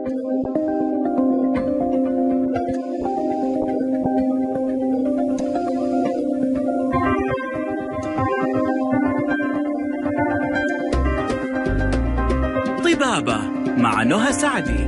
طبابة مع نهى سعدي.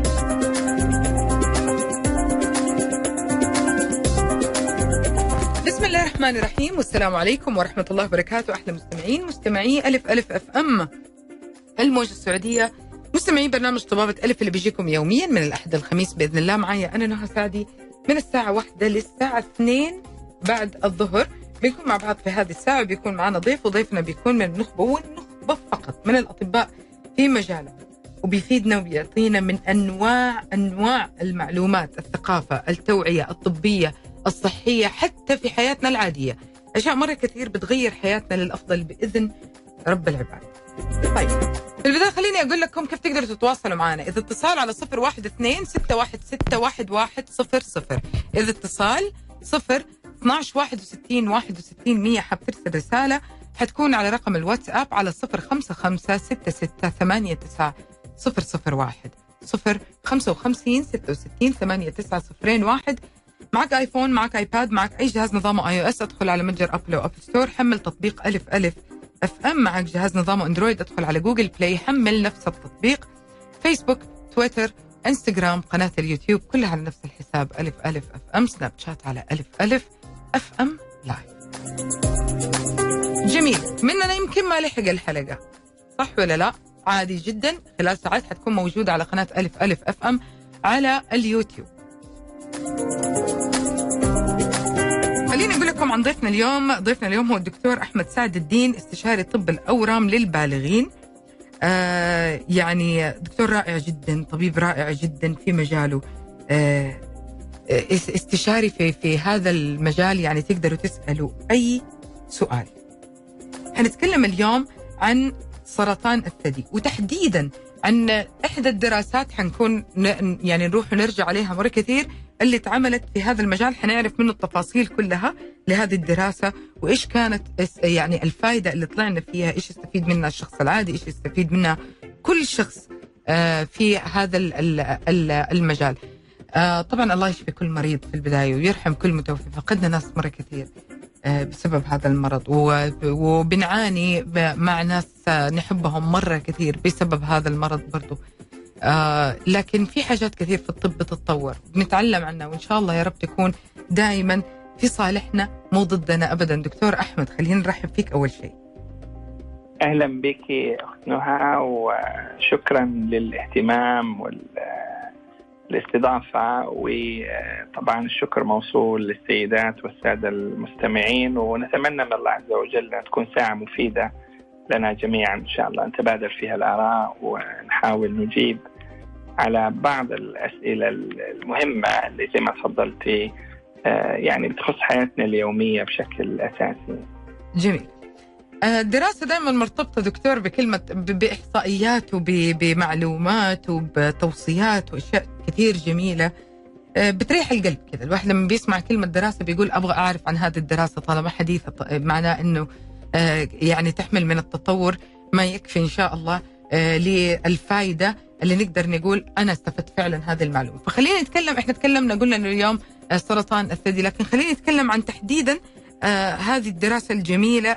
بسم الله الرحمن الرحيم، والسلام عليكم ورحمة الله وبركاته. أحلى مستمعي ألف ألف أف أم الموجة السعودية، مستمعين برنامج طبابة ألف اللي بيجيكم يوميا من الأحد الخميس بإذن الله. معايا أنا نهى سعدي من الساعة 1 للساعة 2 بعد الظهر. بنكون مع بعض في هذه الساعة، بيكون معنا ضيف، وضيفنا بيكون من النخبة، والنخبة فقط من الأطباء في مجاله، وبيفيدنا وبيعطينا من أنواع المعلومات، الثقافة، التوعية الطبية الصحية، حتى في حياتنا العادية. أشياء مرة كثير بتغير حياتنا للأفضل بإذن رب العباد. طيب، في البداية خليني أقول لكم كيف تقدروا تتواصلوا معنا. إذا اتصال على 012-616-1100. إذا اتصال 012-61-61-100. حاب ترسل رسالة حتكون على رقم الواتساب على 055-6689-001 055-66-89-01. معك آيفون، معك آيباد، معك أي جهاز نظامه iOS، أدخل على متجر أبل أو أب ستور، حمل تطبيق ألف ألف أف أم. معك جهاز نظامه أندرويد، أدخل على جوجل بلاي، حمل نفس التطبيق. فيسبوك، تويتر، انستغرام، قناة اليوتيوب، كلها على نفس الحساب ألف ألف أف أم. سناب شات على ألف ألف أف أم لايف. جميل، مننا يمكن ما لحق الحلقة، صح ولا لا؟ عادي جدا، خلال ساعات حتكون موجودة على قناة ألف ألف أف أم على اليوتيوب. خليني أقول لكم عن ضيفنا اليوم. ضيفنا اليوم هو الدكتور أحمد سعد الدين، استشاري طب الأورام للبالغين. يعني دكتور رائع جدا، طبيب رائع جدا في مجاله. استشاري في هذا المجال، يعني تقدروا تسألوا أي سؤال. هنتكلم اليوم عن سرطان الثدي، وتحديدا عن إحدى الدراسات حنكون يعني نروح ونرجع عليها مرة كثير، اللي اتعملت في هذا المجال. حنعرف منه التفاصيل كلها لهذه الدراسة، وإيش كانت يعني الفائدة اللي طلعنا فيها، إيش يستفيد منها الشخص العادي، إيش يستفيد منها كل شخص في هذا المجال. طبعا الله يشفي كل مريض في البداية، ويرحم كل متوفي. فقدنا ناس مرة كثير بسبب هذا المرض، وبنعاني مع ناس نحبهم مرة كثير بسبب هذا المرض برضو. لكن في حاجات كثير في الطب بتتطور، بنتعلم عنها، وإن شاء الله يا رب تكون دائما في صالحنا مو ضدنا أبدا. دكتور أحمد، خلينا نرحب فيك أول شيء. أهلا بك أخت نهى، وشكرا للاهتمام والاستضافة، وطبعا الشكر موصول للسيدات والسادة المستمعين، ونتمنى من الله عز وجل أن تكون ساعة مفيدة لنا جميعا إن شاء الله، نتبادل فيها الآراء ونحاول نجيب على بعض الأسئلة المهمة اللي زي ما تفضلتي يعني بتخص حياتنا اليومية بشكل أساسي. جميل. الدراسة دائما مرتبطة دكتور بكلمة بإحصائيات وبمعلومات وبتوصيات وأشياء كثير جميلة بتريح القلب كذا. الواحد لما بيسمع كلمة دراسة بيقول أبغى أعرف عن هذه الدراسة، طالما حديثة معناه أنه يعني تحمل من التطور ما يكفي إن شاء الله للفائدة اللي نقدر نقول أنا استفدت فعلا هذه المعلومة. فخلينا نتكلم، إحنا تكلمنا قلنا إنه اليوم سرطان الثدي، لكن خلينا نتكلم عن تحديدا هذه الدراسة الجميلة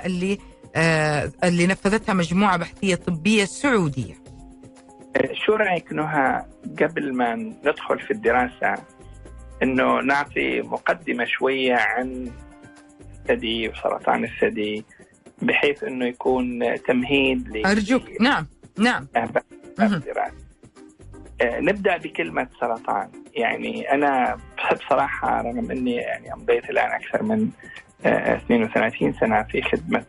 اللي نفذتها مجموعة بحثية طبية سعودية. شو رأيك نهى قبل ما ندخل في الدراسة إنه نعطي مقدمة شوية عن الثدي وسرطان الثدي، بحيث إنه يكون تمهيد أرجوك. نعم. الدراسة. نبدأ بكلمة سرطان. يعني أنا بصراحة رغم أني يعني أمضيت الآن أكثر من 32 سنة في خدمة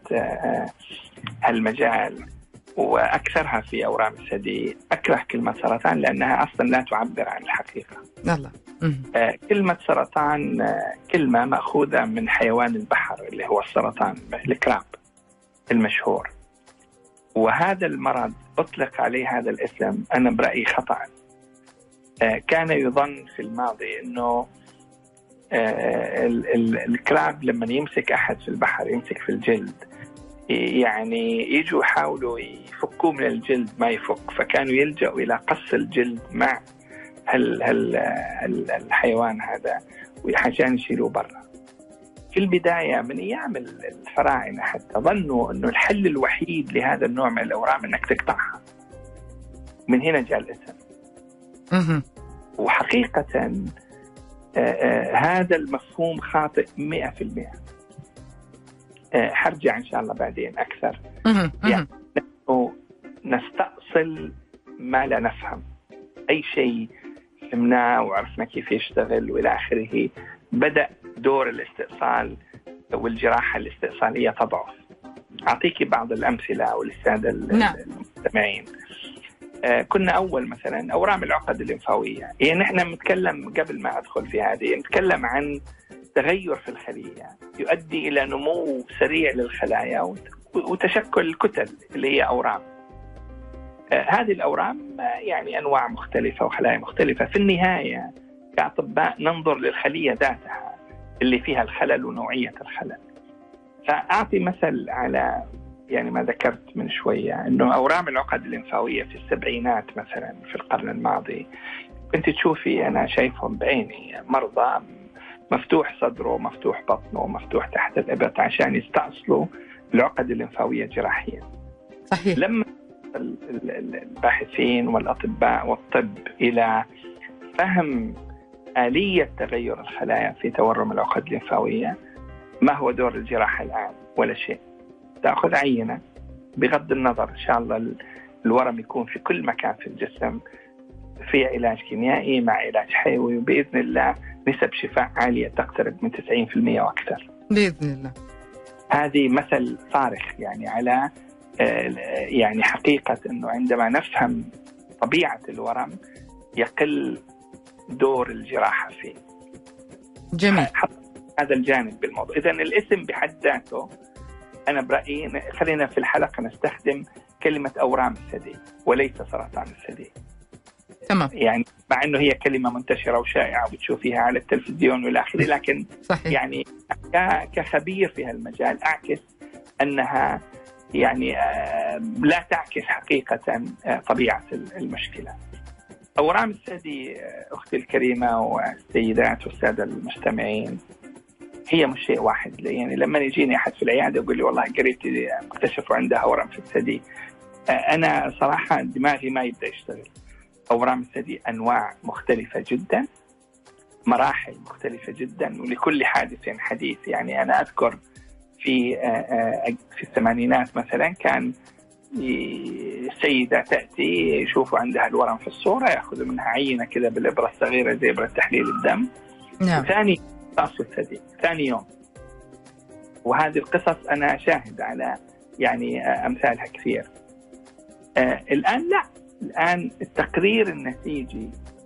هالمجال، وأكثرها في أورام الثدي، أكره كلمة سرطان لأنها أصلا لا تعبر عن الحقيقة. الله. كلمة سرطان كلمة مأخوذة من حيوان البحر اللي هو السرطان، الكراب المشهور، وهذا المرض أطلق عليه هذا الاسم أنا برأيي خطأ. كان يظن في الماضي أنه الكراب لما يمسك أحد في البحر، يمسك في الجلد، يعني يجوا يحاولوا يفكوه من الجلد ما يفك، فكانوا يلجأوا إلى قص الجلد مع الحيوان هذا عشان يشيلوه برا. في البداية من أيام الفراعنة حتى ظنوا أنه الحل الوحيد لهذا النوع من الأورام أنك تقطعها. من هنا جاء الاسم. وحقيقة هذا المفهوم خاطئ 100%. حرجع إن شاء الله بعدين أكثر. يعني نستأصل ما لا نفهم. أي شيء فهمناه وعرفنا كيف يشتغل وإلى آخره، بدأ دور الاستئصال والجراحة الاستئصالية تضعف. أعطيك بعض الأمثلة وللسادة المستمعين. كنا أول مثلا أورام العقد الليمفاوية، يعني نحن نتكلم قبل ما أدخل في هذه، نتكلم عن تغير في الخلية يؤدي إلى نمو سريع للخلايا وتشكل كتل اللي هي أورام. هذه الأورام يعني أنواع مختلفة وخلايا مختلفة. في النهاية كأطباء ننظر للخلية ذاتها اللي فيها الخلل ونوعية الخلل. فأعطي مثل على يعني ما ذكرت من شوية، أنه أورام العقد الليمفاوية في السبعينات مثلا في القرن الماضي كنت تشوفي، أنا شايفهم بعيني، مرضى مفتوح صدره مفتوح بطنه مفتوح تحت الإبط عشان يستأصلوا العقد الليمفاوية جراحيا. صحيح. لما الباحثين والأطباء والطب إلى فهم آلية تغير الخلايا في تورم العقد الليمفاوية، ما هو دور الجراحة الآن؟ ولا شيء. تأخذ عينة بغض النظر إن شاء الله الورم يكون في كل مكان في الجسم، في علاج كيميائي مع علاج حيوي، وبإذن الله نسب شفاء عالية تقترب من 90% وأكثر بإذن الله. هذه مثل صارخ يعني على يعني حقيقة أنه عندما نفهم طبيعة الورم يقل دور الجراحة فيه. جميل. هذا الجانب بالموضوع. إذن الاسم بحد ذاته أنا برأيي خلينا في الحلقة نستخدم كلمة أورام الثدي وليس سرطان الثدي. تمام. يعني مع أنه هي كلمة منتشرة وشائعة وبتشوفيها على التلفزيون والآخر، لكن صحيح. يعني كخبير في هالمجال أعكس أنها يعني لا تعكس حقيقة طبيعة المشكلة. أورام الثدي أختي الكريمة والسيدات والسادة المستمعين هي مش شيء واحد. يعني لما يجيني أحد في العيادة يقول لي والله قريبتي اكتشفوا عندها ورم في الثدي، أنا صراحة دماغي ما يبدأ يشتغل. أورام الثدي أنواع مختلفة جدا، مراحل مختلفة جدا، ولكل حادث حديث. يعني أنا أذكر في الثمانينات مثلا كان السيدة تأتي يشوفوا عندها الورم في الصورة، يأخذوا منها عينة كذا بالإبرة الصغيرة زي إبرة تحليل الدم. نعم. ثاني تأصل الثدي ثاني يوم. وهذه القصص أنا شاهد على يعني أمثالها كثير. الآن لا، الآن التقرير النتيجي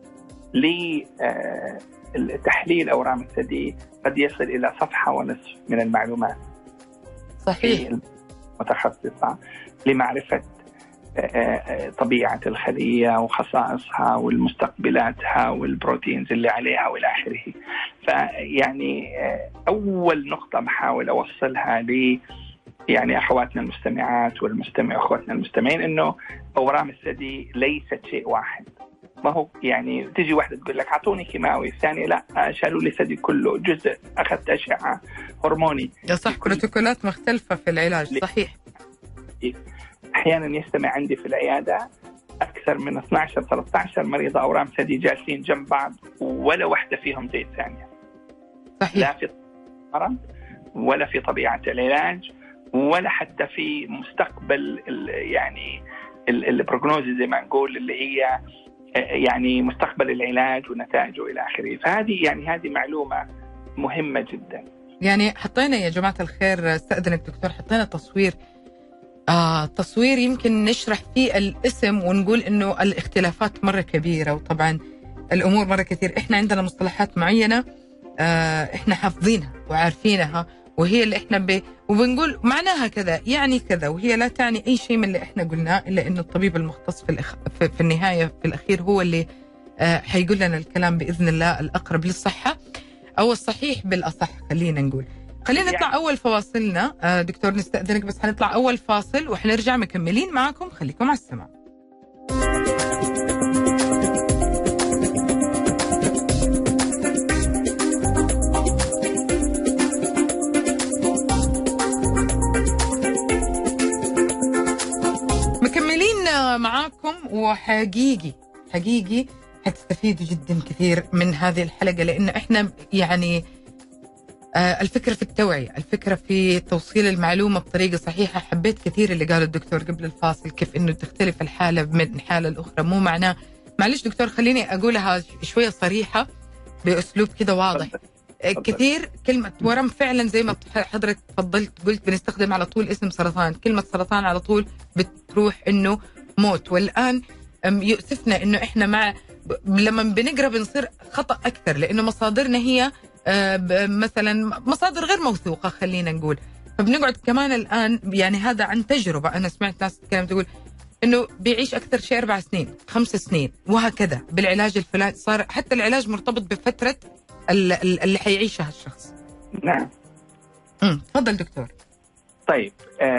لتحليل أورام الثدي قد يصل إلى صفحة ونصف من المعلومات. صحيح. متخصصة لمعرفة طبيعة الخلية وخصائصها والمستقبلاتها والبروتينز اللي عليها والى آخره. فيعني أول نقطة بحاول أوصلها يعني أخواتنا المستمعات أخواتنا المستمعين إنه أورام الثدي ليست شيء واحد. ما هو يعني تيجي واحدة تقول لك أعطوني كيماوي، الثانية لا شالوا لي ثدي كله، جزء أخذت أشعة هرموني. صح، بروتوكولات مختلفة في العلاج. صحيح. أحيانا يستمع عندي في العيادة أكثر من 12-13 مريضة أورام ثدي جالسين جنب بعض ولا واحدة فيهم زي الثانية. صحيح. لا في المرض ولا في طبيعة العلاج ولا حتى في مستقبل يعني البروجنوز زي ما نقول اللي هي يعني مستقبل العلاج ونتائجه إلى آخره. فهذه يعني هذه معلومة مهمة جدا. يعني حطينا يا جماعة الخير، استأذنك دكتور، حطينا تصوير يمكن نشرح فيه الاسم ونقول إنه الاختلافات مرة كبيرة، وطبعا الأمور مرة كثير. إحنا عندنا مصطلحات معينة إحنا حافظينها وعارفينها، وهي اللي إحنا وبنقول معناها كذا يعني كذا، وهي لا تعني أي شيء من اللي إحنا قلناه، إلا إنه الطبيب المختص في النهاية في الأخير هو اللي حيقول لنا الكلام بإذن الله الأقرب للصحة أو الصحيح بالأصح. خلينا نطلع أول فواصلنا. دكتور نستأذنك بس حنطلع أول فاصل وحنرجع مكملين معكم. خليكم على السماع. وحقيقي حقيقي حتستفيدوا جدا كثير من هذه الحلقة، لأنه إحنا يعني الفكرة في التوعية، الفكرة في توصيل المعلومة بطريقة صحيحة. حبيت كثير اللي قاله الدكتور قبل الفاصل، كيف إنه تختلف الحالة من حالة الأخرى. مو معناه، معلش دكتور خليني أقولها شوية صريحة بأسلوب كده واضح. كثير كلمة ورم فعلا زي ما حضرتك تفضلت قلت بنستخدم على طول اسم سرطان، كلمة سرطان على طول بتروح إنه موت. والآن يؤسفنا إنه إحنا لما بنقرأ بنصير خطأ أكثر، لأنه مصادرنا هي مثلا مصادر غير موثوقة خلينا نقول. فبنقعد كمان الآن، يعني هذا عن تجربة، أنا سمعت ناس تتكلم تقول إنه بيعيش أكثر شيء 4 سنين 5 سنين وهكذا بالعلاج الفلاني. صار حتى العلاج مرتبط بفترة اللي حيعيشها الشخص. نعم. تفضل دكتور. طيب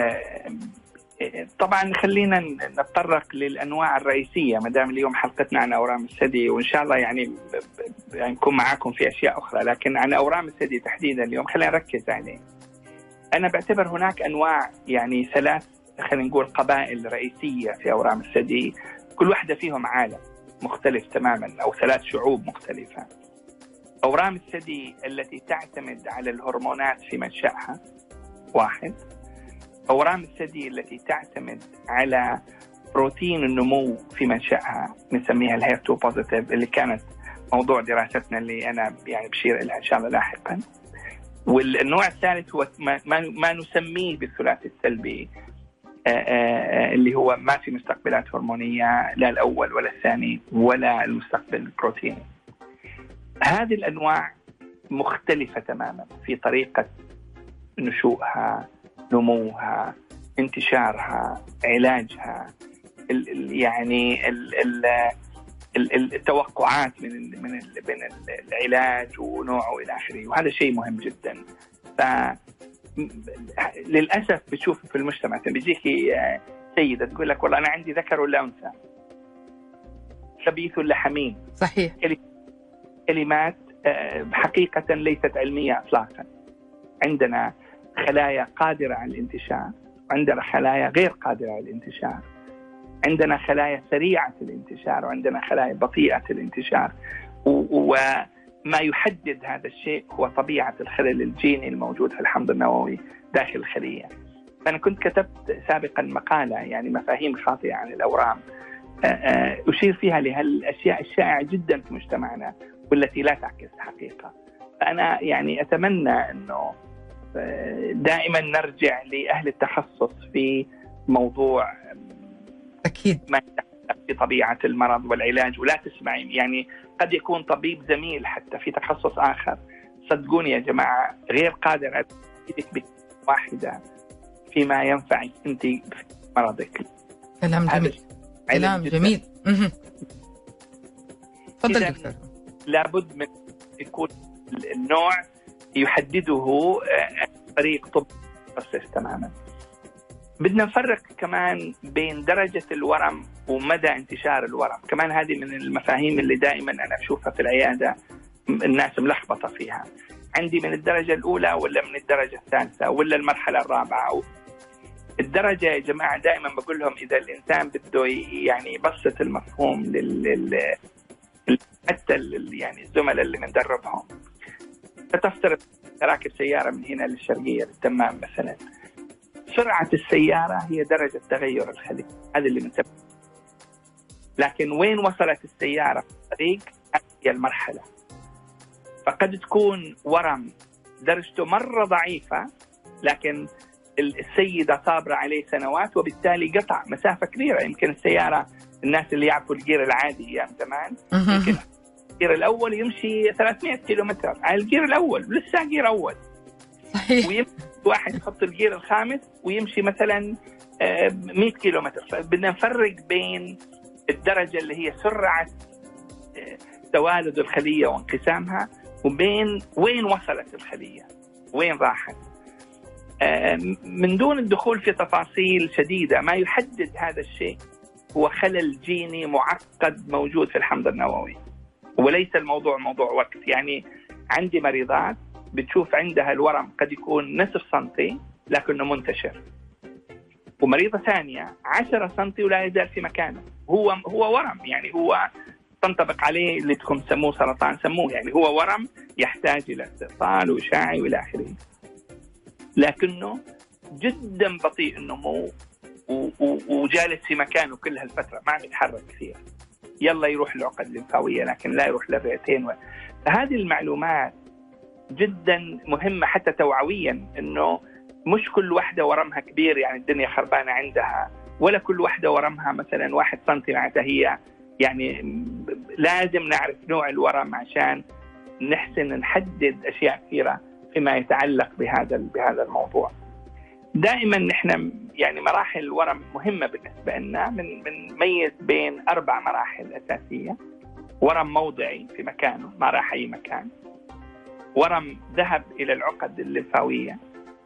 طبعا خلينا نتطرق للأنواع الرئيسية ما دام اليوم حلقتنا عن أورام الثدي، وإن شاء الله يعني نكون معاكم في أشياء أخرى، لكن عن أورام الثدي تحديدا اليوم خلينا نركز عليه. أنا بعتبر هناك أنواع، يعني 3 خلينا نقول قبائل رئيسية في أورام الثدي، كل واحدة فيهم عالم مختلف تماما أو 3 شعوب مختلفة. أورام الثدي التي تعتمد على الهرمونات في منشأها 1. أورام الثدي التي تعتمد على بروتين النمو في منشأها نسميها الهير2 بوزيتيف، اللي كانت موضوع دراستنا اللي أنا يعني بشير إليها إن شاء الله لاحقا. والنوع الثالث هو ما نسميه بالثلاثي السلبي، اللي هو ما في مستقبلات هرمونية، لا الأول ولا الثاني ولا المستقبل البروتيني. هذه الأنواع مختلفة تماما في طريقة نشوءها، نموها، انتشارها، علاجها، يعني التوقعات من العلاج ونوعه إلى آخره، وهذا شيء مهم جدا. للأسف بتشوف في المجتمع بيجيكي سيدة تقول لك والله أنا عندي ذكر ولا أنثى، خبيث ولا حميم. صحيح. كلمات حقيقة ليست علمية إطلاقا. عندنا خلايا قادرة على الانتشار، وعندنا خلايا غير قادرة على الانتشار، عندنا خلايا سريعة الانتشار، وعندنا خلايا بطيئة الانتشار. وما يحدد هذا الشيء هو طبيعة الخلل الجيني الموجود في الحمض النووي داخل الخلية. فأنا كنت كتبت سابقا مقالة يعني مفاهيم خاطئة عن الأورام، أشير فيها لهالأشياء الشائعة جدا في مجتمعنا والتي لا تعكس الحقيقة. فأنا يعني أتمنى أنه دائما نرجع لأهل التخصص في موضوع أكيد ما في طبيعة المرض والعلاج، ولا تسمعي يعني قد يكون طبيب زميل حتى في تخصص آخر، صدقوني يا جماعة غير قادر على يفيدك بكلمة واحدة فيما ينفعك أنت في مرضك. كلام جميل. كلام جميل. تفضل دكتور. لابد من يكون النوع يحدده طريق طب متخصص تماما. بدنا نفرق كمان بين درجة الورم ومدى انتشار الورم، كمان هذه من المفاهيم اللي دائما أنا أشوفها في العيادة الناس ملخبطة فيها. عندي من الدرجة الأولى ولا من الدرجة الثالثة ولا المرحلة الرابعة؟ الدرجة يا جماعة دائما بقول لهم إذا الإنسان بده يعني يبسط المفهوم حتى يعني الزملاء اللي بندربهم، فتفترض راكب سيارة من هنا للشرقية للدمام مثلا، سرعة السيارة هي درجة تغير الخلية، هذا اللي بنسميه. لكن وين وصلت السيارة في الطريق هي المرحلة. فقد تكون ورم درجته مرة ضعيفة، لكن السيدة صابرة عليه سنوات، وبالتالي قطع مسافة كبيرة. يمكن السيارة، الناس اللي يعرفوا الجير العادي أيام زمان، يمكن الجير الأول يمشي 300 كيلومتر على الجير الأول، ولسه جير أول. صحيح. ويمشي واحد يحط الجير الخامس ويمشي مثلا 100 كيلومتر. فبدنا نفرق بين الدرجة اللي هي سرعة توالد الخلية وانقسامها، وبين وين وصلت الخلية، وين راحت. من دون الدخول في تفاصيل شديدة، ما يحدد هذا الشيء هو خلل جيني معقد موجود في الحمض النووي، وليس الموضوع موضوع وقت. يعني عندي مريضات بتشوف عندها الورم قد يكون نصف سنتي لكنه منتشر، ومريضة ثانية 10 سنتي ولا يزال في مكانه. هو ورم، يعني هو تنطبق عليه اللي تكون سموه سرطان سموه، يعني هو ورم يحتاج إلى استئصال وإشعاعي وإلى آخره، لكنه جدا بطيء النمو وجالس في مكانه كل هالفترة، ما عم يتحرك كثير. يلا يروح العقد الليمفاوية لكن لا يروح للرئتين. فهذه المعلومات جدا مهمة حتى توعويا، إنه مش كل واحدة ورمها كبير يعني الدنيا خربانة عندها، ولا كل واحدة ورمها مثلا 1 سنتي معناتها هي يعني. لازم نعرف نوع الورم عشان نحسن نحدد أشياء كثيرة فيما يتعلق بهذا الموضوع. دائما نحن يعني مراحل الورم مهمة بالنسبة لنا، بنميز بين 4 مراحل أساسية. ورم موضعي في مكانه ما راح أي مكان، ورم ذهب إلى العقد الليمفاوية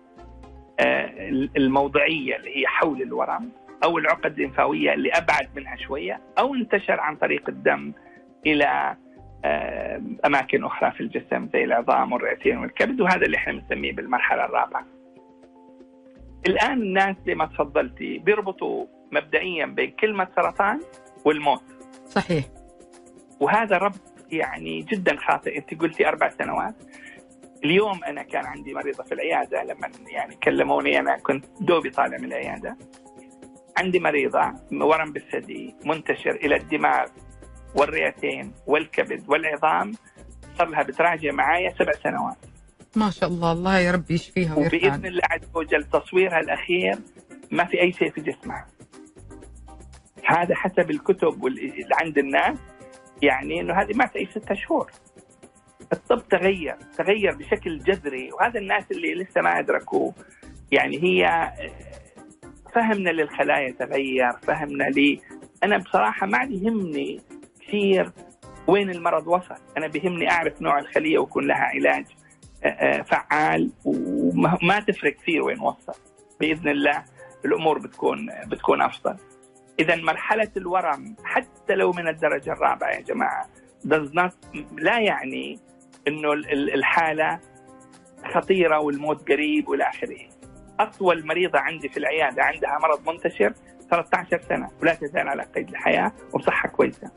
الموضعية اللي هي حول الورم، أو العقد الليمفاوية اللي أبعد منها شوية، أو انتشر عن طريق الدم إلى أماكن أخرى في الجسم زي العظام والرئتين والكبد، وهذا اللي احنا بنسميه بالمرحلة الرابعة. الآن الناس زي ما تفضلتي بيربطوا مبدئيا بين كلمة سرطان والموت. صحيح. وهذا ربط يعني جدا خاطئ. أنت قلتي 4 سنوات. اليوم أنا كان عندي مريضة في العيادة، لما يعني كلموني أنا كنت دوبي طالع من العيادة، عندي مريضة ورم بالثدي منتشر إلى الدماغ والرئتين والكبد والعظام، صار لها بتراجع معايا 7 سنوات. ما شاء الله، الله يا رب يشفيها ويرفعها. وبإذن الله عز وجل تصويرها الأخير ما في أي شيء في جسمها. هذا حسب الكتب اللي عند الناس، يعني إنه هذه ما تعيش 6 شهور. الطب تغير بشكل جذري، وهذا الناس اللي لسه ما أدركوا. يعني هي فهمنا للخلايا تغير، فهمنا أنا بصراحة ما عاد يهمني كثير وين المرض وصل، أنا بيهمني أعرف نوع الخلية ويكون لها علاج فعال، وما تفرق كثير وين وصل. بإذن الله الأمور بتكون أفضل. إذا مرحلة الورم حتى لو من الدرجة الرابعة يا جماعة لا يعني إنه الحالة خطيرة والموت قريب وإلى آخره. أطول مريضة عندي في العيادة عندها مرض منتشر 13 سنة ولا تزال على قيد الحياة وبصحة كويسة.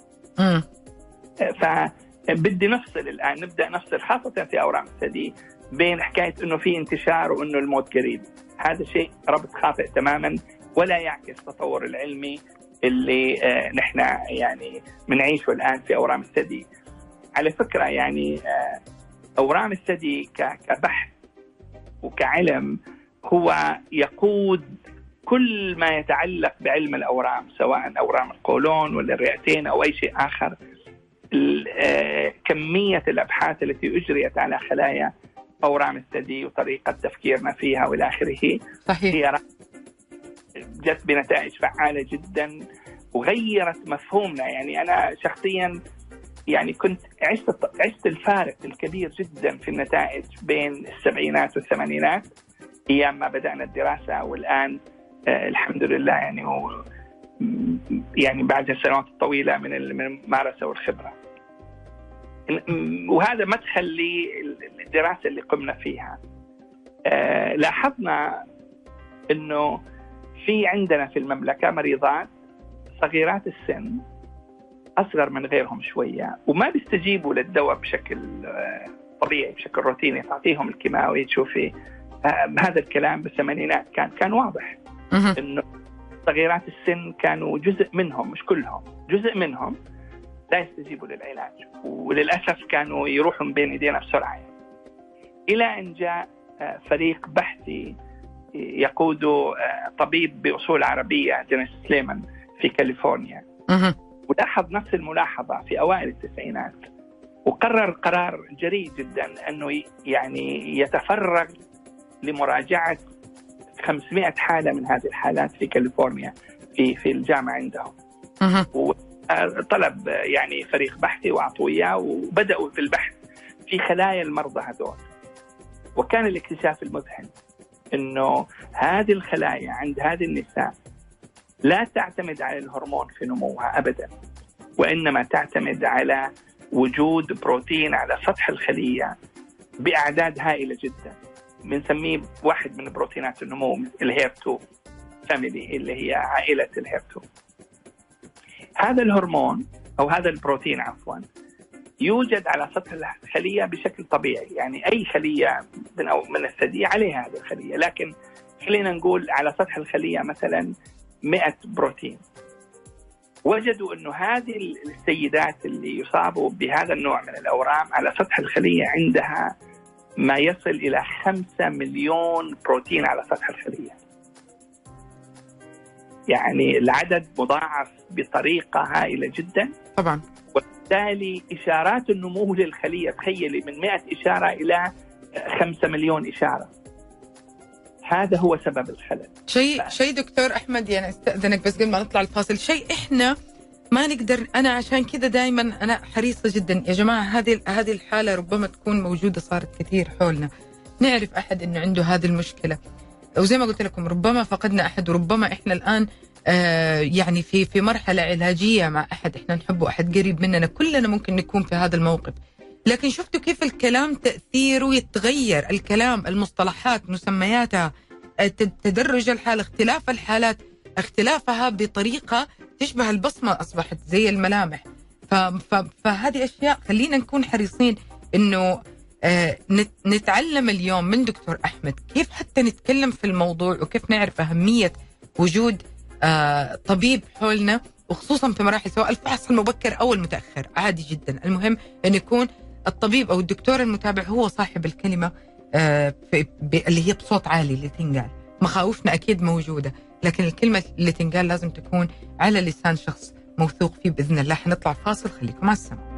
فبدي نفصل الآن، نبدأ نفصل خاصة في أورام الثدي بين حكاية إنه في انتشار وإنه الموت قريب. هذا شيء ربط خاطئ تماما، ولا يعكس التطور العلمي اللي نحن يعني بنعيشه الآن في أورام الثدي. على فكرة يعني أورام الثدي كبحث وكعلم هو يقود كل ما يتعلق بعلم الأورام، سواء أورام القولون ولا الرئتين أو أي شيء آخر. كمية الأبحاث التي أجريت على خلايا أورام الثدي وطريقة تفكيرنا فيها والى آخره هي جت بنتائج فعالة جدا وغيرت مفهومنا. يعني أنا شخصيا يعني كنت عشت الفارق الكبير جدا في النتائج بين السبعينات والثمانينات أيام ما بدأنا الدراسة، والآن الحمد لله يعني بعد السنوات الطويلة من الممارسة والخبرة. وهذا مدخل للدراسة اللي قمنا فيها. لاحظنا أنه في عندنا في المملكة مريضات صغيرات السن أصغر من غيرهم شوية وما بيستجيبوا للدواء بشكل طبيعي، بشكل روتيني، تعطيهم الكيماوي تشوفي. هذا الكلام بالثمانينات كان واضح إنه صغيرات السن كانوا جزء منهم، مش كلهم، جزء منهم لا يستجيبوا للعلاج، وللأسف كانوا يروحوا بين إيدينا بسرعة. إلى أن جاء فريق بحثي يقوده طبيب بأصول عربية دينيس سليمان في كاليفورنيا، ولاحظ نفس الملاحظة في أوائل التسعينات، وقرر قرار جريء جدا أنه يعني يتفرغ لمراجعة 500 حالة من هذه الحالات في كاليفورنيا في الجامعة عندهم. وطلب يعني فريق بحثي وأعطوه إياه، وبدأوا في البحث في خلايا المرضى هذول. وكان الاكتشاف المذهل إنه هذه الخلايا عند هذه النساء لا تعتمد على الهرمون في نموها أبدا، وإنما تعتمد على وجود بروتين على سطح الخلية بأعداد هائلة جدا، بنسميه واحد من بروتينات النمو الهير 2. فاميلي اللي هي عائلة الهير2. هذا الهرمون أو هذا البروتين عفوا يوجد على سطح الخلية بشكل طبيعي، يعني أي خلية من الثدي عليها هذه الخلية، لكن خلينا نقول على سطح الخلية مثلا 100 بروتين. وجدوا أنه هذه السيدات اللي يصابوا بهذا النوع من الأورام على سطح الخلية عندها ما يصل إلى 5 مليون بروتين على سطح الخلية. يعني العدد مضاعف بطريقة هائلة جدا طبعا. وبالتالي إشارات النمو للخلية تخيلي من 100 إشارة إلى 5 مليون إشارة. هذا هو سبب الخلل. شيء دكتور أحمد، يعني استأذنك بس قبل ما نطلع الفاصل، شيء إحنا ما نقدر. أنا عشان كذا دائما أنا حريصة جدا يا جماعة، هذه الحالة ربما تكون موجودة، صارت كثير حولنا، نعرف أحد إنه عنده هذه المشكلة، وزي ما قلت لكم ربما فقدنا أحد، وربما إحنا الآن يعني في مرحلة علاجية مع أحد إحنا نحبه، أحد قريب مننا، كلنا ممكن نكون في هذا الموقف. لكن شفتوا كيف الكلام تأثيره يتغير، الكلام، المصطلحات، مسمياتها، تدرج الحالة، اختلاف الحالات، اختلافها بطريقة تشبه البصمة، أصبحت زي الملامح. فهذه أشياء خلينا نكون حريصين إنه نتعلم اليوم من دكتور أحمد كيف حتى نتكلم في الموضوع، وكيف نعرف أهمية وجود طبيب حولنا، وخصوصا في مراحل سواء الفحص المبكر أو المتأخر، عادي جدا. المهم أن يكون الطبيب أو الدكتور المتابع هو صاحب الكلمة اللي هي بصوت عالي اللي تنقال. مخاوفنا أكيد موجودة، لكن الكلمة اللي تنقال لازم تكون على لسان شخص موثوق فيه بإذن الله. حنطلع فاصل، خليكم على السمع.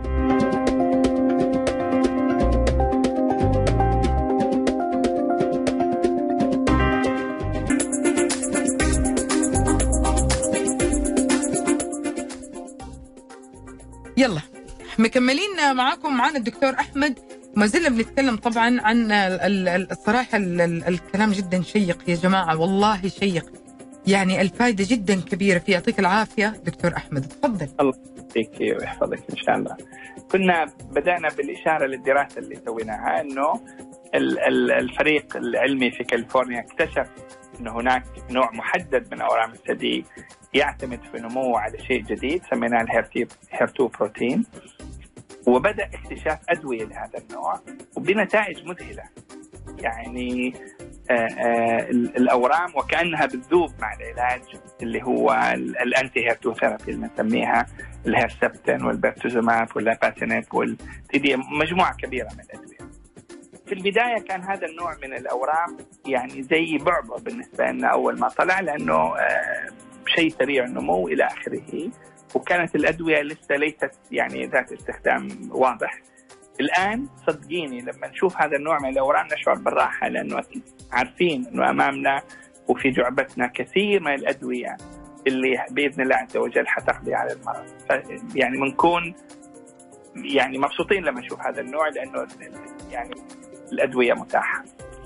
يلا مكملين معاكم، معنا الدكتور أحمد، ما زلنا بنتكلم طبعا عن الصراحة الكلام جدا شيق يا جماعة، والله شيق، يعني الفائدة جدا كبيرة فيه. يعطيك العافية دكتور أحمد، تفضل. الله يحفظك ويحفظك إن شاء الله. كنا بدأنا بالإشارة للدراسة اللي سويناها، أنه الفريق العلمي في كاليفورنيا اكتشف أن هناك نوع محدد من أورام الثدي يعتمد في نموه على شيء جديد سميناه الهير2 بروتين، وبدأ اكتشاف أدوية لهذا النوع وبنتائج مذهلة. يعني الأورام وكأنها بتذوب مع العلاج اللي هو الأنتي هير2 ثيرابي اللي نسميها الهيرسبتين والبرتوزوماب واللاباتينيب والتيدي، مجموعة كبيرة من الأدوية. في البداية كان هذا النوع من الأورام يعني زي بعبع بالنسبة لنا أول ما طلع، لأنه شيء سريع النمو إلى آخره، وكانت الأدوية لسه ليست يعني ذات استخدام واضح. الآن صدقيني لما نشوف هذا النوع من الأورام نشعر بالراحة، لأنه عارفين أنه أمامنا وفي جعبتنا كثير من الأدوية اللي بإذن الله عز وجل حتقضي على المرض. يعني بنكون يعني مبسوطين لما نشوف هذا النوع، لأنه يعني الأدوية متاحة.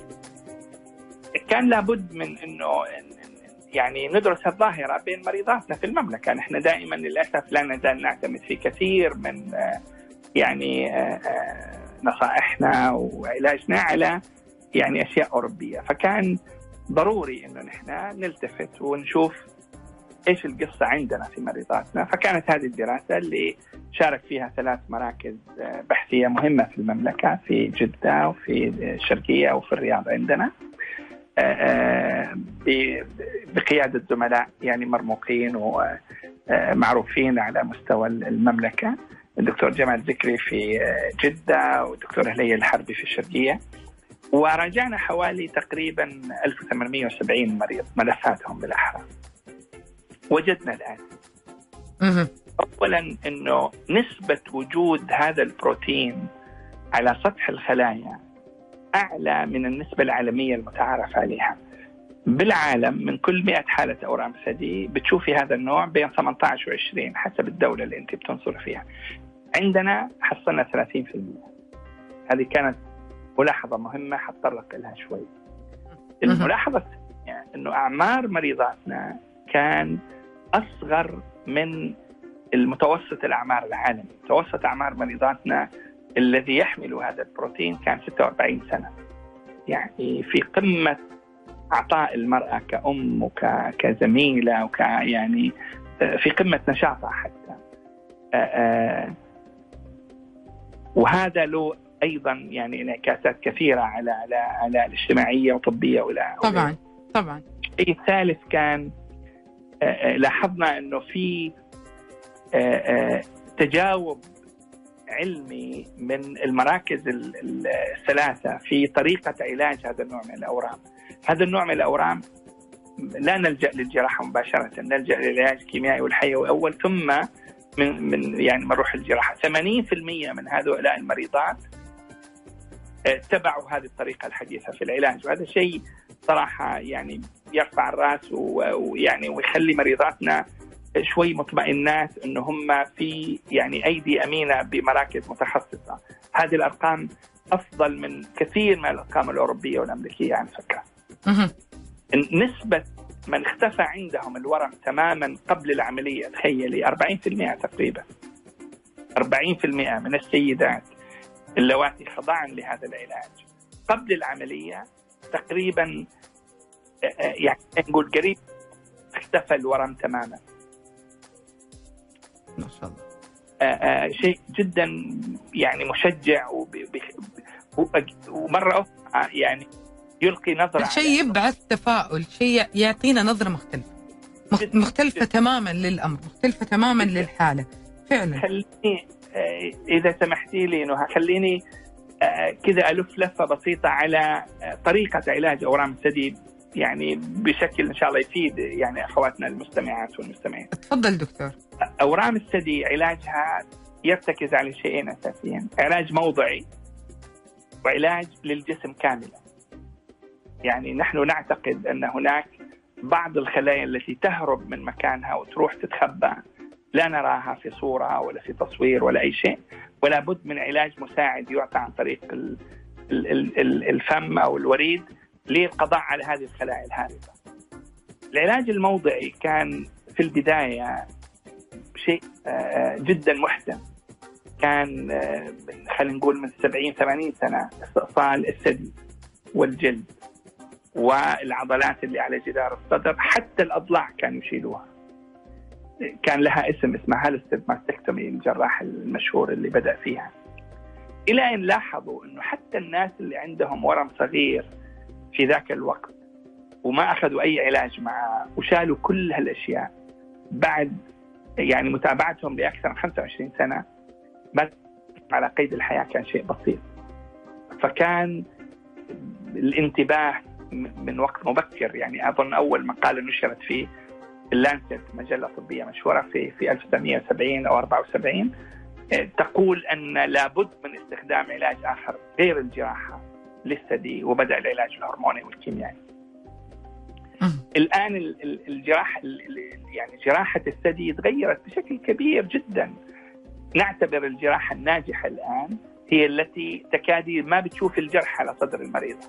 كان لابد من أنه يعني ندرس الظاهرة بين مريضاتنا في المملكة. نحن دائما للأسف لا نزال نعتمد في كثير من يعني نصائحنا وعلاجنا على يعني أشياء أوروبية، فكان ضروري إنه نحن نلتفت ونشوف إيش القصة عندنا في مريضاتنا. فكانت هذه الدراسة اللي شارك فيها 3 مراكز بحثية مهمة في المملكة، في جدة وفي الشرقية وفي الرياض عندنا، بقيادة زملاء يعني مرموقين ومعروفين على مستوى المملكة، الدكتور جمال ذكري في جدة والدكتور هلية الحربي في الشرقية. وراجعنا حوالي تقريبا 1870 مريض ملفاتهم بالأحرى. وجدنا الآن أولا أنه نسبة وجود هذا البروتين على سطح الخلايا أعلى من النسبة العالمية المتعارف عليها. بالعالم من كل 100 حالة أورام ثدي بتشوفي هذا النوع بين 18 و20 حسب الدولة اللي أنت بتنظر فيها. عندنا حصلنا 30%. هذه كانت ملاحظة مهمة حتطرق لها شوي. الملاحظة الثانية أنه أعمار مريضاتنا كان أصغر من المتوسط الأعمار العالمي. متوسط أعمار مريضاتنا الذي يحمل هذا البروتين كان 46 سنة، يعني في قمة أعطاء المرأة كأم وكزميلة يعني في قمة نشاطها حتى. وهذا له أيضا يعني انعكاسات كثيرة على الاجتماعية وطبية طبعا. الشيء الثالث كان لاحظنا أنه في تجاوب علمي من المراكز الثلاثة في طريقة علاج هذا النوع من الأورام. هذا النوع من الأورام لا نلجأ للجراحة مباشرة، نلجأ للعلاج الكيميائي والحيوي أول، ثم من نروح الجراحة. 80% من هؤلاء المريضات اتبعوا هذه الطريقة الحديثة في العلاج، وهذا شيء صراحة يعني يرفع الرأس ويعني ويخلي مريضاتنا شوي مطمئنات إنه هم في يعني أيدي أمينة بمراكز متخصصة. هذه الأرقام أفضل من كثير من الأرقام الأوروبية والأمريكية عن فكرة. نسبة من اختفى عندهم الورم تماما قبل العملية تخيلي 40% تقريبا. 40% من السيدات اللواتي خضعن لهذا العلاج قبل العملية تقريبا يعني نقول قريب اختفى الورم تماما. ما شاء الله. شيء جدا يعني مشجع ومرة أخرى يعني يلقي نظرة، شيء يبعث تفاؤل، شيء يعطينا نظرة مختلفة تماما للأمر، مختلفة تماما للحالة فعلا. خليني إذا سمحتي لي إنه خليني كذا ألف لفة بسيطة على طريقة علاج أورام الثدي يعني بشكل إن شاء الله يفيد يعني أخواتنا المستمعات والمستمعين. تفضل دكتور. أورام الثدي علاجها يرتكز على شيئين أساسيين: علاج موضعي وعلاج للجسم كاملا. يعني نحن نعتقد أن هناك بعض الخلايا التي تهرب من مكانها وتروح تتخبى لا نراها في صورة ولا في تصوير ولا أي شيء، ولا بد من علاج مساعد يعطى عن طريق الفم أو الوريد للقضاء على هذه الخلايا الهاربة. العلاج الموضعي كان في البداية شيء جدا محتم، كان خلينا نقول من 70-80 سنة استئصال الثدي والجلد والعضلات اللي على جدار الصدر، حتى الأضلاع كانوا يشيلوها. كان لها اسم اسمها هالستد ماستكتومي، الجراح المشهور اللي بدأ فيها. إلى أن لاحظوا أنه حتى الناس اللي عندهم ورم صغير في ذاك الوقت وما أخذوا أي علاج معه وشالوا كل هالأشياء بعد يعني متابعتهم لأكثر من 25 سنة بس على قيد الحياة كان شيء بسيط. فكان الانتباه من وقت مبكر، يعني أظن أول مقالة نشرت في اللانست مجلة طبية مشهورة في 1970 أو 74 تقول أن لابد من استخدام علاج آخر غير الجراحة للثدي، وبدأ العلاج الهرموني والكيميائي. الآن الجراحة يعني جراحة الثدي تغيرت بشكل كبير جدا. نعتبر الجراحة الناجحة الآن هي التي تكادي ما بتشوف الجرح على صدر المريضة.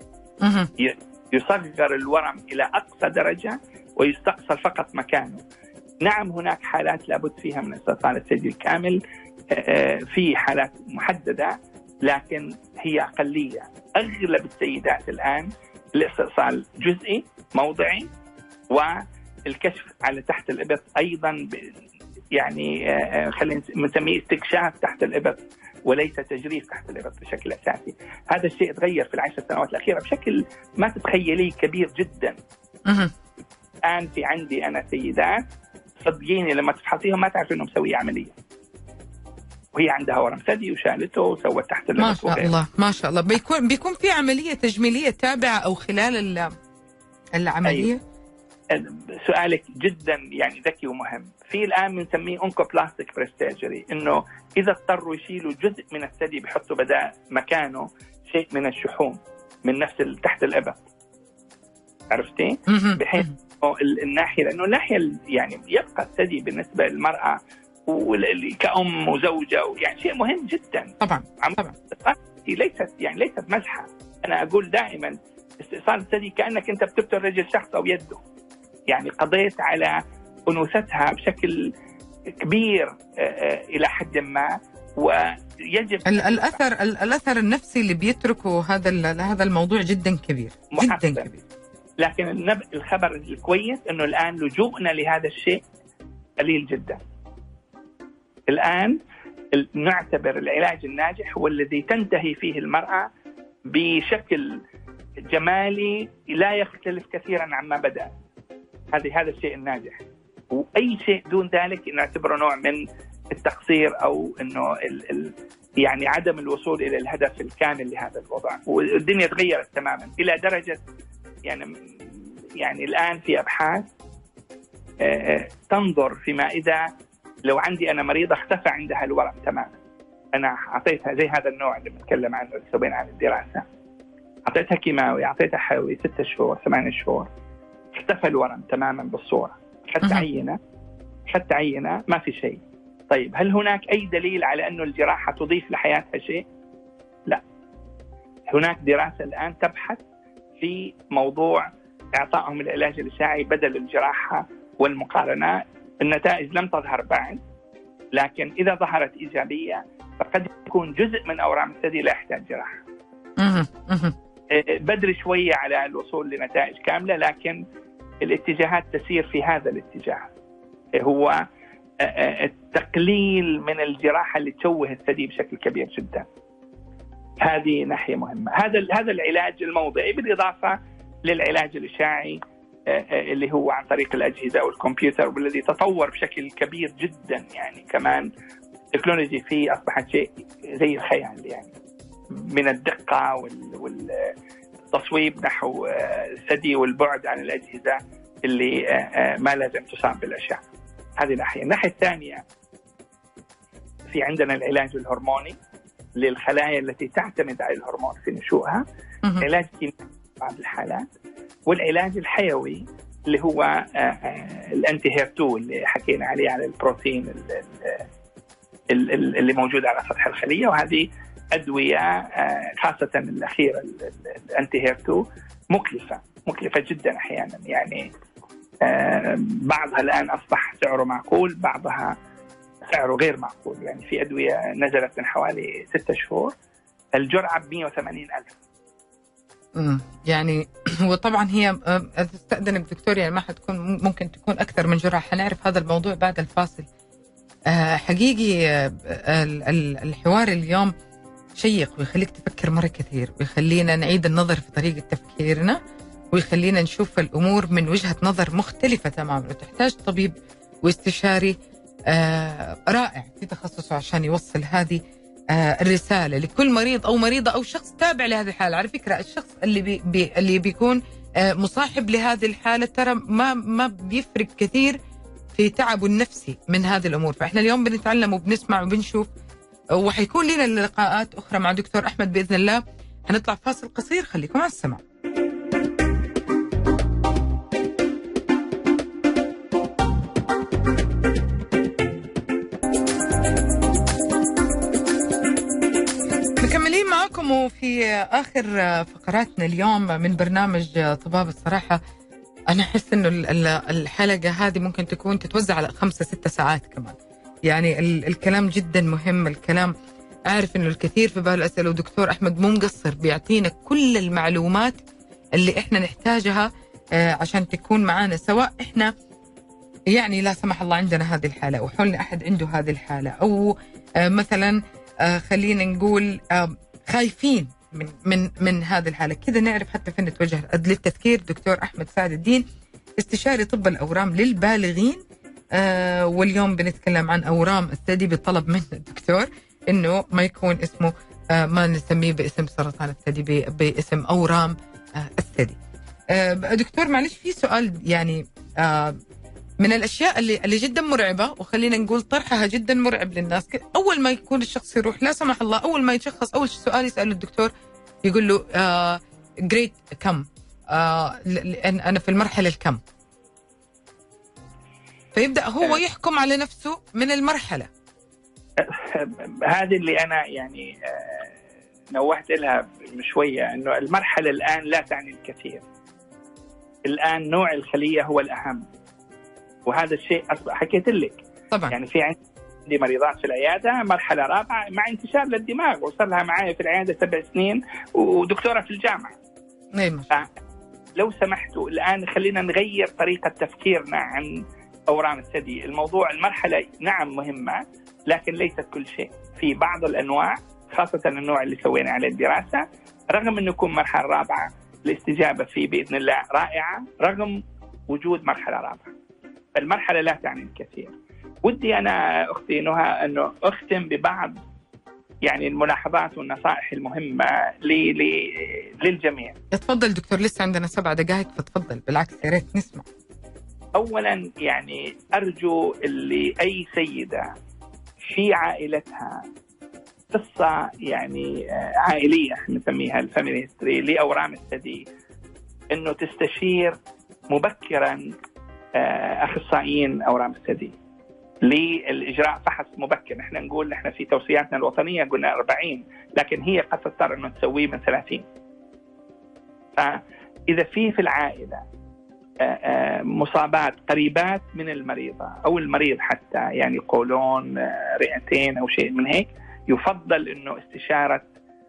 يصغر الورم إلى أقصى درجة ويستأصل فقط مكانه. نعم هناك حالات لابد فيها من استئصال الثدي الكامل، في حالات محددة، لكن هي أقلية. أغلب السيدات الآن الاستئصال جزئي موضعي، والكشف على تحت الإبط أيضا يعني خلينا نسميه استكشاف تحت الإبط وليس تجريف تحت الإبط بشكل أساسي. هذا الشيء تغير في ال10 سنوات الأخيرة بشكل ما تتخيليه كبير جدا. الآن في عندي أنا سيدات صدقيني لما تفحصيهم ما تعرف إنه مسوي عملية وهي عندها ورم ثدي وشالته وسوت تحت الإبط. ما شاء الله ما شاء الله. بيكون في عملية تجميلية تابعة أو خلال العملية؟ أيوة. سؤالك جدا يعني ذكي ومهم. في الآن بنسميه أونكوبلاستيك بريستيجري، إنه إذا اضطروا يشيلوا جزء من الثدي بيحطوا بدأ مكانه شيء من الشحوم من نفس تحت الإبط، عرفتي؟ بحيث الناحية، لأنه الناحية يعني يبقى الثدي بالنسبة للمرأة كأم وزوجة يعني شيء مهم جدا. طبعا ليست مزحة. أنا أقول دائما استئصال الثدي كأنك أنت بتبتر رجل شخص أو يده، يعني قضيت على أنوثتها بشكل كبير إلى حد ما، ويجب الأثر النفسي اللي بيتركه هذا الموضوع جدا كبير جدا كبير. لكن الخبر الكويس أنه الآن لجوءنا لهذا الشيء قليل جدا. الآن نعتبر العلاج الناجح هو الذي تنتهي فيه المرأة بشكل جمالي لا يختلف كثيرا عما بدأ. هذا الشيء الناجح، وأي شيء دون ذلك نعتبره نوع من التقصير أو أنه يعني عدم الوصول إلى الهدف الكامل لهذا الوضع. والدنيا تغيرت تماما إلى درجة يعني الآن في أبحاث تنظر فيما إذا لو عندي أنا مريضة اختفى عندها الورم تماما، أنا أعطيتها زي هذا النوع اللي بنتكلم عنه سوينا عن الدراسة، أعطيتها كيماوي، أعطيتها حيوي 6 شهور 8 شهور، اختفى الورم تماما بالصورة، حتى عينة ما في شيء. طيب هل هناك أي دليل على أنه الجراحة تضيف لحياتها شيء؟ لا. هناك دراسة الآن تبحث في موضوع إعطائهم العلاج الإشعاعي بدل الجراحة والمقارنة. النتائج لم تظهر بعد، لكن إذا ظهرت إيجابية فقد يكون جزء من أورام الثدي لا يحتاج جراحة. بدري شوية على الوصول لنتائج كاملة، لكن الاتجاهات تسير في هذا الاتجاه، هو التقليل من الجراحة اللي تشوه الثدي بشكل كبير جدا. هذه ناحية مهمة. هذا العلاج الموضعي بالإضافة للعلاج الإشعاعي اللي هو عن طريق الأجهزة والكمبيوتر، والذي تطور بشكل كبير جدا. يعني كمان التكنولوجي فيه أصبحت شيء زي الخيال، يعني من الدقة والتصويب نحو الثدي والبعد عن الأجهزة اللي ما لازم تصاب بالأشعة. هذه ناحية. الناحية الثانية في عندنا العلاج الهرموني للخلايا التي تعتمد على الهرمون في نشوئها، علاج كيميائي بعض الحالات، والعلاج الحيوي اللي هو الانتي هير2 اللي حكينا عليه على البروتين اللي موجود على سطح الخلية. وهذه أدوية خاصة الأخيرة الانتي هير2 مكلفة جدا أحيانا، يعني بعضها الآن أصبح سعره معقول، بعضها سعره غير معقول. يعني في أدوية نزلت من حوالي 6 شهور الجرعة ب180,000. يعني وطبعا هي استأذنك دكتور، يعني ما حتكون ممكن تكون أكثر من جرعة. حنعرف هذا الموضوع بعد الفاصل. حقيقي الحوار اليوم شيق ويخليك تفكر مرة كثير، ويخلينا نعيد النظر في طريقة تفكيرنا، ويخلينا نشوف الأمور من وجهة نظر مختلفة تماما. وتحتاج طبيب واستشاري رائع في تخصصه عشان يوصل هذه الرسالة لكل مريض أو مريضة أو شخص تابع لهذه الحالة. على فكرة الشخص اللي بيكون مصاحب لهذه الحالة ترى ما بيفرق كثير في تعبه النفسي من هذه الأمور. فإحنا اليوم بنتعلم وبنسمع وبنشوف، وحيكون لنا لقاءات أخرى مع دكتور أحمد بإذن الله. هنطلع فاصل قصير، خليكم على السماع. مكملين معكم وفي آخر فقراتنا اليوم من برنامج طباب. الصراحة أنا أحس إنه الحلقة هذه ممكن تكون تتوزع على 5-6 ساعات كمان. يعني الكلام جدا مهم. الكلام أعرف إنه الكثير في بال الأسئلة، ودكتور أحمد مو مقصر، بيعطينا كل المعلومات اللي إحنا نحتاجها عشان تكون معانا، سواء إحنا يعني لا سمح الله عندنا هذه الحالة أو حولنا أحد عنده هذه الحالة، أو مثلا خلينا نقول خايفين من هذه الحالة، كذا نعرف حتى فين نتوجه. للتذكير دكتور أحمد سعد الدين استشاري طب الأورام للبالغين، واليوم بنتكلم عن أورام الثدي بطلب من الدكتور إنه ما يكون اسمه ما نسميه باسم سرطان الثدي، باسم أورام الثدي. دكتور معلش في سؤال، يعني من الأشياء اللي جدا مرعبة، وخلينا نقول طرحها جدا مرعب للناس. أول ما يكون الشخص يروح لا سمح الله، أول ما يتشخص أول سؤال يسأله الدكتور يقول له جريد كم، أنا في المرحلة الكم، فيبدأ هو يحكم على نفسه من المرحلة هذه اللي أنا يعني نوهت لها من شوية، أنه المرحلة الآن لا تعني الكثير. الآن نوع الخلية هو الأهم، وهذا الشيء حكيت لك طبعا. يعني في عندي مريضات في العيادة مرحلة رابعة مع انتشار للدماغ، وصار لها معايا في العيادة 7 سنين ودكتورة في الجامعة. لو سمحتوا الآن خلينا نغير طريقة تفكيرنا عن أورام الثدي. الموضوع المرحلة نعم مهمة، لكن ليست كل شيء. في بعض الأنواع خاصة النوع اللي سوينا عليه الدراسة، رغم أنه يكون مرحلة رابعة الاستجابة فيه بإذن الله رائعة رغم وجود مرحلة رابعة. المرحلة لا تعني الكثير. ودي أنا أختي نهى أنه أختم ببعض يعني الملاحظات والنصائح المهمة للجميع. تفضل دكتور، لسه عندنا 7 دقائق فتفضل، بالعكس يا ريت نسمع. أولا يعني أرجو اللي أي سيدة في عائلتها قصة يعني عائلية نسميها الفاميلي هيستوري لأورام الثدي، إنه تستشير مبكرا أخصائيين أورام الثدي للإجراء فحص مبكر. احنا نقول نحن في توصياتنا الوطنية قلنا 40، لكن هي قد تضطر إنه تسويه من 30. فإذا في العائلة مصابات قريبات من المريضة أو المريض حتى يعني قولون رئتين أو شيء من هيك، يفضل إنه استشارة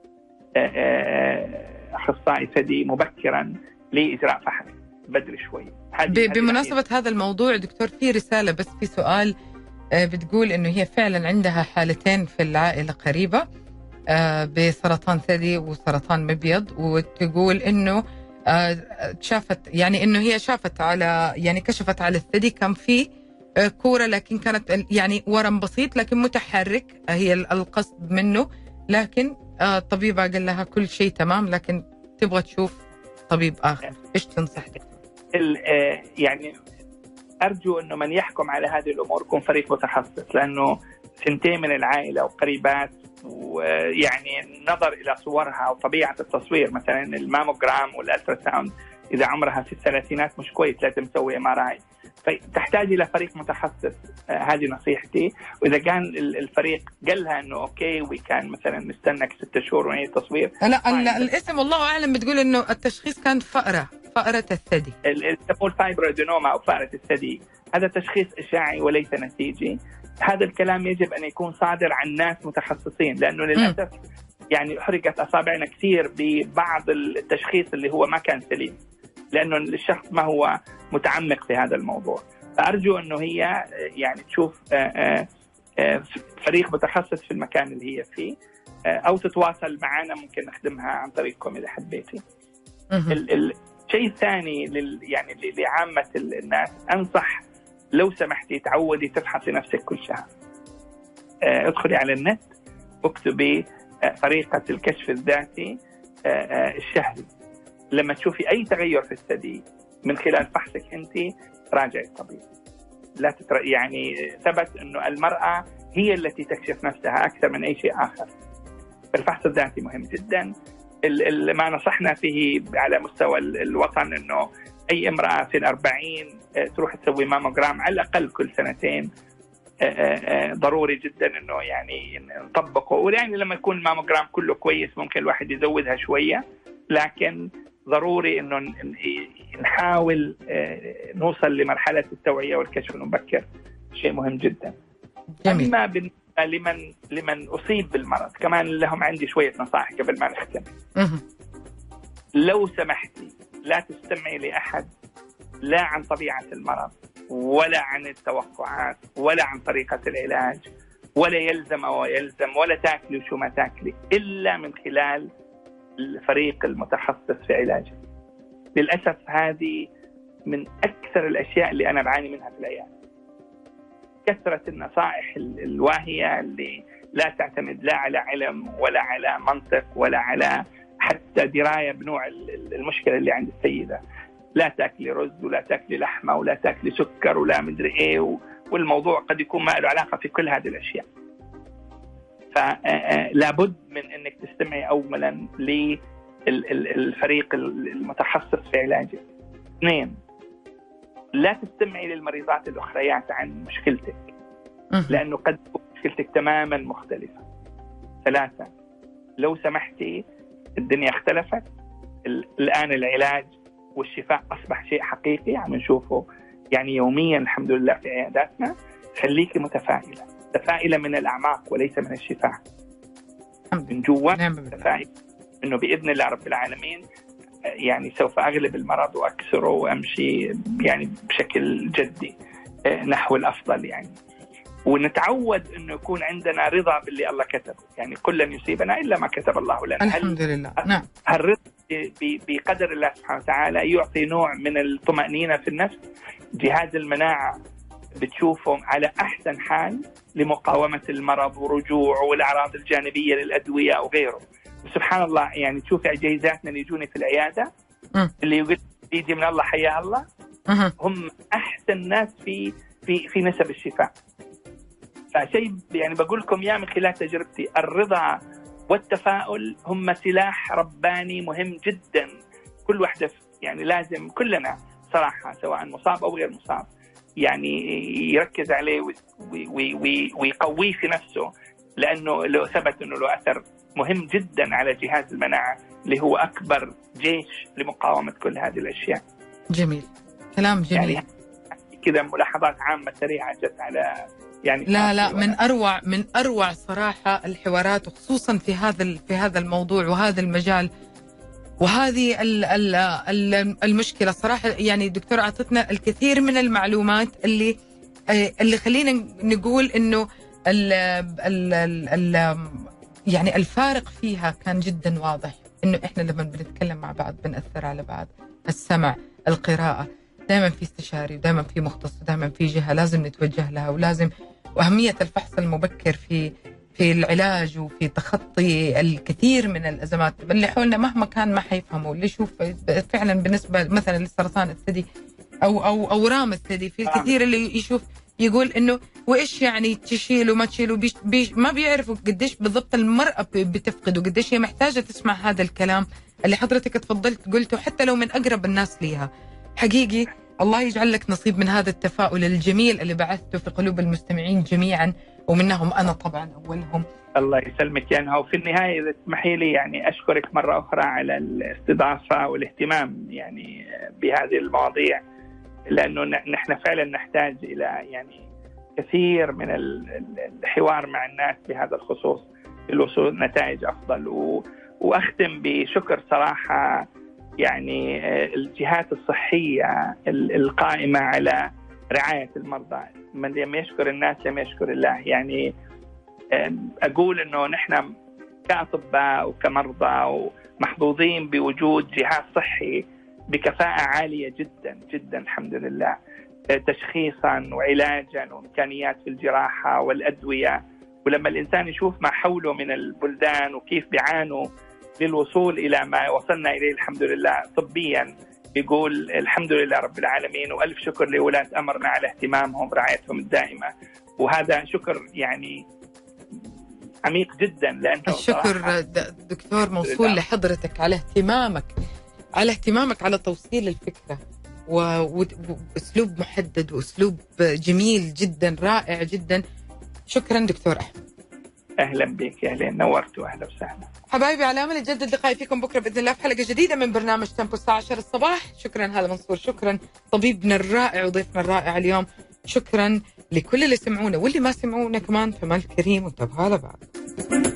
أخصائي ثدي مبكرا لإجراء فحص بدري شوي. بمناسبة هذا الموضوع دكتور، في رسالة بس في سؤال بتقول إنه هي فعلا عندها حالتين في العائلة قريبة بسرطان ثدي وسرطان مبيض، وتقول إنه شافت يعني إنه هي شافت على يعني كشفت على الثدي كان في كورة، لكن كانت يعني ورم بسيط لكن متحرك هي القصد منه، لكن طبيبة قال لها كل شيء تمام لكن تبغى تشوف طبيب آخر. إيش تنصح دكتور؟ يعني أرجو أنه من يحكم على هذه الأمور يكون فريق متخصص، لأنه سنتين من العائلة وقريبات، ويعني نظر إلى صورها وطبيعة التصوير مثلا الماموجرام والألتراساوند إذا عمرها في الثلاثينات مش كويس، لازم تسوي MRI. فتحتاج إلى فريق متخصص. هذه نصيحتي. وإذا كان الفريق قال لها إنه أوكي وكان مثلا نستنك 6 شهور ونعيد التصوير، لا الاسم والله أعلم بتقول إنه التشخيص كان فأرة الثدي، الفايبرودينوما أو فأرة الثدي. هذا تشخيص إشاعي وليس نسيجي. هذا الكلام يجب أن يكون صادر عن ناس متخصصين، لأنه للأسف يعني حرقت أصابعنا كثير ببعض التشخيص اللي هو ما كان سليم، لأنه الشخص ما هو متعمق في هذا الموضوع. فأرجو أنه هي يعني تشوف فريق متخصص في المكان اللي هي فيه، أو تتواصل معنا، ممكن نخدمها عن طريقكم إذا حبيتي. الشيء الثاني يعني لعامة الناس، أنصح لو سمحتي تعودي تفحصي نفسك كل شهر. ادخلي على النت واكتبي طريقة الكشف الذاتي الشهري. لما تشوفي أي تغير في الثدي من خلال فحصك أنت راجعي الطبيب. لا يعني ثبت أنه المرأة هي التي تكشف نفسها أكثر من أي شيء آخر. الفحص الذاتي مهم جدا. ما نصحنا فيه على مستوى الوطن أنه أي امرأة في 40 تروح تسوي ماموجرام على الأقل كل 2 سنين. ضروري جدا أنه يعني نطبقه. ويعني لما يكون الماموجرام كله كويس ممكن الواحد يزودها شوية، لكن ضروري أنه نحاول نوصل لمرحلة التوعية والكشف المبكر. شيء مهم جدا. جميل. أما لمن أصيب بالمرض كمان لهم عندي شوية نصائح قبل ما نختم. لو سمحتي لا تستمعي لأحد، لا عن طبيعة المرض ولا عن التوقعات ولا عن طريقة العلاج، ولا يلزم ولا تاكلي وشو ما تاكلي، إلا من خلال الفريق المتخصص في علاجه. للأسف هذه من أكثر الأشياء اللي أنا بعاني منها في العيادة. كثرة النصائح الواهية اللي لا تعتمد لا على علم ولا على منطق ولا على حتى دراية بنوع المشكلة اللي عند السيدة. لا تأكلي رز ولا تأكلي لحمة ولا تأكلي سكر ولا مدري إيه، والموضوع قد يكون ما له علاقة في كل هذه الأشياء. فلا بد من أنك تستمعي أولا للفريق المتخصص في علاجك. 2، لا تستمعي للمريضات الأخريات عن مشكلتك، لأنه قد تكون مشكلتك تماما مختلفة. 3، لو سمحتي الدنيا اختلفت. الآن العلاج والشفاء أصبح شيء حقيقي عم نشوفه يعني يوميا الحمد لله في عياداتنا. خليكي متفائلة من الأعماق وليس من الشفاء، من جوا. متفائلة إنه بإذن الله رب العالمين يعني سوف أغلب المرض وأكسره وأمشي يعني بشكل جدي نحو الأفضل يعني. ونتعود أنه يكون عندنا رضا باللي الله كتبه، يعني كل لن يصيبنا إلا ما كتب الله لنا. الحمد لله. نعم. هالرضا بقدر الله سبحانه وتعالى يعطي نوع من الطمأنينة في النفس. جهاز المناعة بتشوفهم على أحسن حال لمقاومة المرض ورجوعه والأعراض الجانبية للأدوية وغيره. سبحان الله، يعني تشوف أجهزاتنا اللي يجوني في العيادة اللي يقول يجي من الله حيا الله، هم أحسن ناس في نسب الشفاء. فشيء يعني بقول لكم يا من خلال تجربتي، الرضا والتفاؤل هم سلاح رباني مهم جدا. كل واحدة يعني لازم كلنا صراحة سواء مصاب أو غير مصاب يعني يركز عليه ويقويه في نفسه، لأنه لو ثبت أنه له أثر مهم جدا على جهاز المناعة اللي هو أكبر جيش لمقاومة كل هذه الأشياء. جميل، كلام جميل. يعني كذا ملاحظات عامة سريعة جت على يعني لا من أروع صراحة الحوارات، وخصوصا في هذا الموضوع وهذا المجال وهذه المشكلة صراحة. يعني دكتور أعطتنا الكثير من المعلومات اللي خلينا نقول إنه يعني الفارق فيها كان جدا واضح، إنه إحنا لما بنتكلم مع بعض بنأثر على بعض. السمع، القراءة، دائما في استشاري ودائما في مختص ودائما في جهة لازم نتوجه لها، وأهمية الفحص المبكر في العلاج وفي تخطي الكثير من الأزمات اللي حولنا مهما كان ما حيفهموا. اللي يشوف فعلا بالنسبة مثلا للسرطان الثدي أو أورام الثدي، في الكثير اللي يشوف يقول إنه وإيش يعني تشيله ما تشيله، ما بيعرفوا قديش بالضبط المرأة بتفقد وقديش هي محتاجة تسمع هذا الكلام اللي حضرتك تفضلت قلته، حتى لو من أقرب الناس ليها. حقيقي الله يجعل لك نصيب من هذا التفاؤل الجميل اللي بعثته في قلوب المستمعين جميعا، ومنهم أنا طبعا أولهم. الله يسلمك يا نهى. وفي النهاية إذا تسمحي لي يعني أشكرك مرة أخرى على الاستضافة والاهتمام يعني بهذه المواضيع، لأنه نحن فعلا نحتاج إلى يعني كثير من الحوار مع الناس بهذا الخصوص للوصول نتائج أفضل. وأختم بشكر صراحة يعني الجهات الصحية القائمة على رعاية المرضى. من لم يشكر الناس لم يشكر الله. يعني أقول أنه نحن كأطباء وكمرضى ومحظوظين بوجود جهاز صحي بكفاءة عالية جدا جدا الحمد لله، تشخيصا وعلاجا وإمكانيات في الجراحة والأدوية. ولما الإنسان يشوف ما حوله من البلدان وكيف بيعانوا للوصول إلى ما وصلنا إليه الحمد لله طبيا، يقول الحمد لله رب العالمين، وألف شكر لولاة أمرنا على اهتمامهم ورعايتهم الدائمة. وهذا شكر يعني عميق جدا، لأنه الشكر دكتور موصول لحضرتك على اهتمامك على توصيل الفكرة وأسلوب محدد وأسلوب جميل جدا رائع جدا. شكرا دكتور أحمد. أهلا بك يا أهلا، نورت وأهلا وسهلا حبايبي. على أمل نجدد لقائي فيكم بكرة بإذن الله في حلقة جديدة من برنامج تيمبو الساعة 10 الصباح. شكرا هلا منصور، شكرا طبيبنا الرائع وضيفنا الرائع اليوم، شكرا لكل اللي سمعونا واللي ما سمعونا كمان. فمال كريم وانتبهوا على بعض.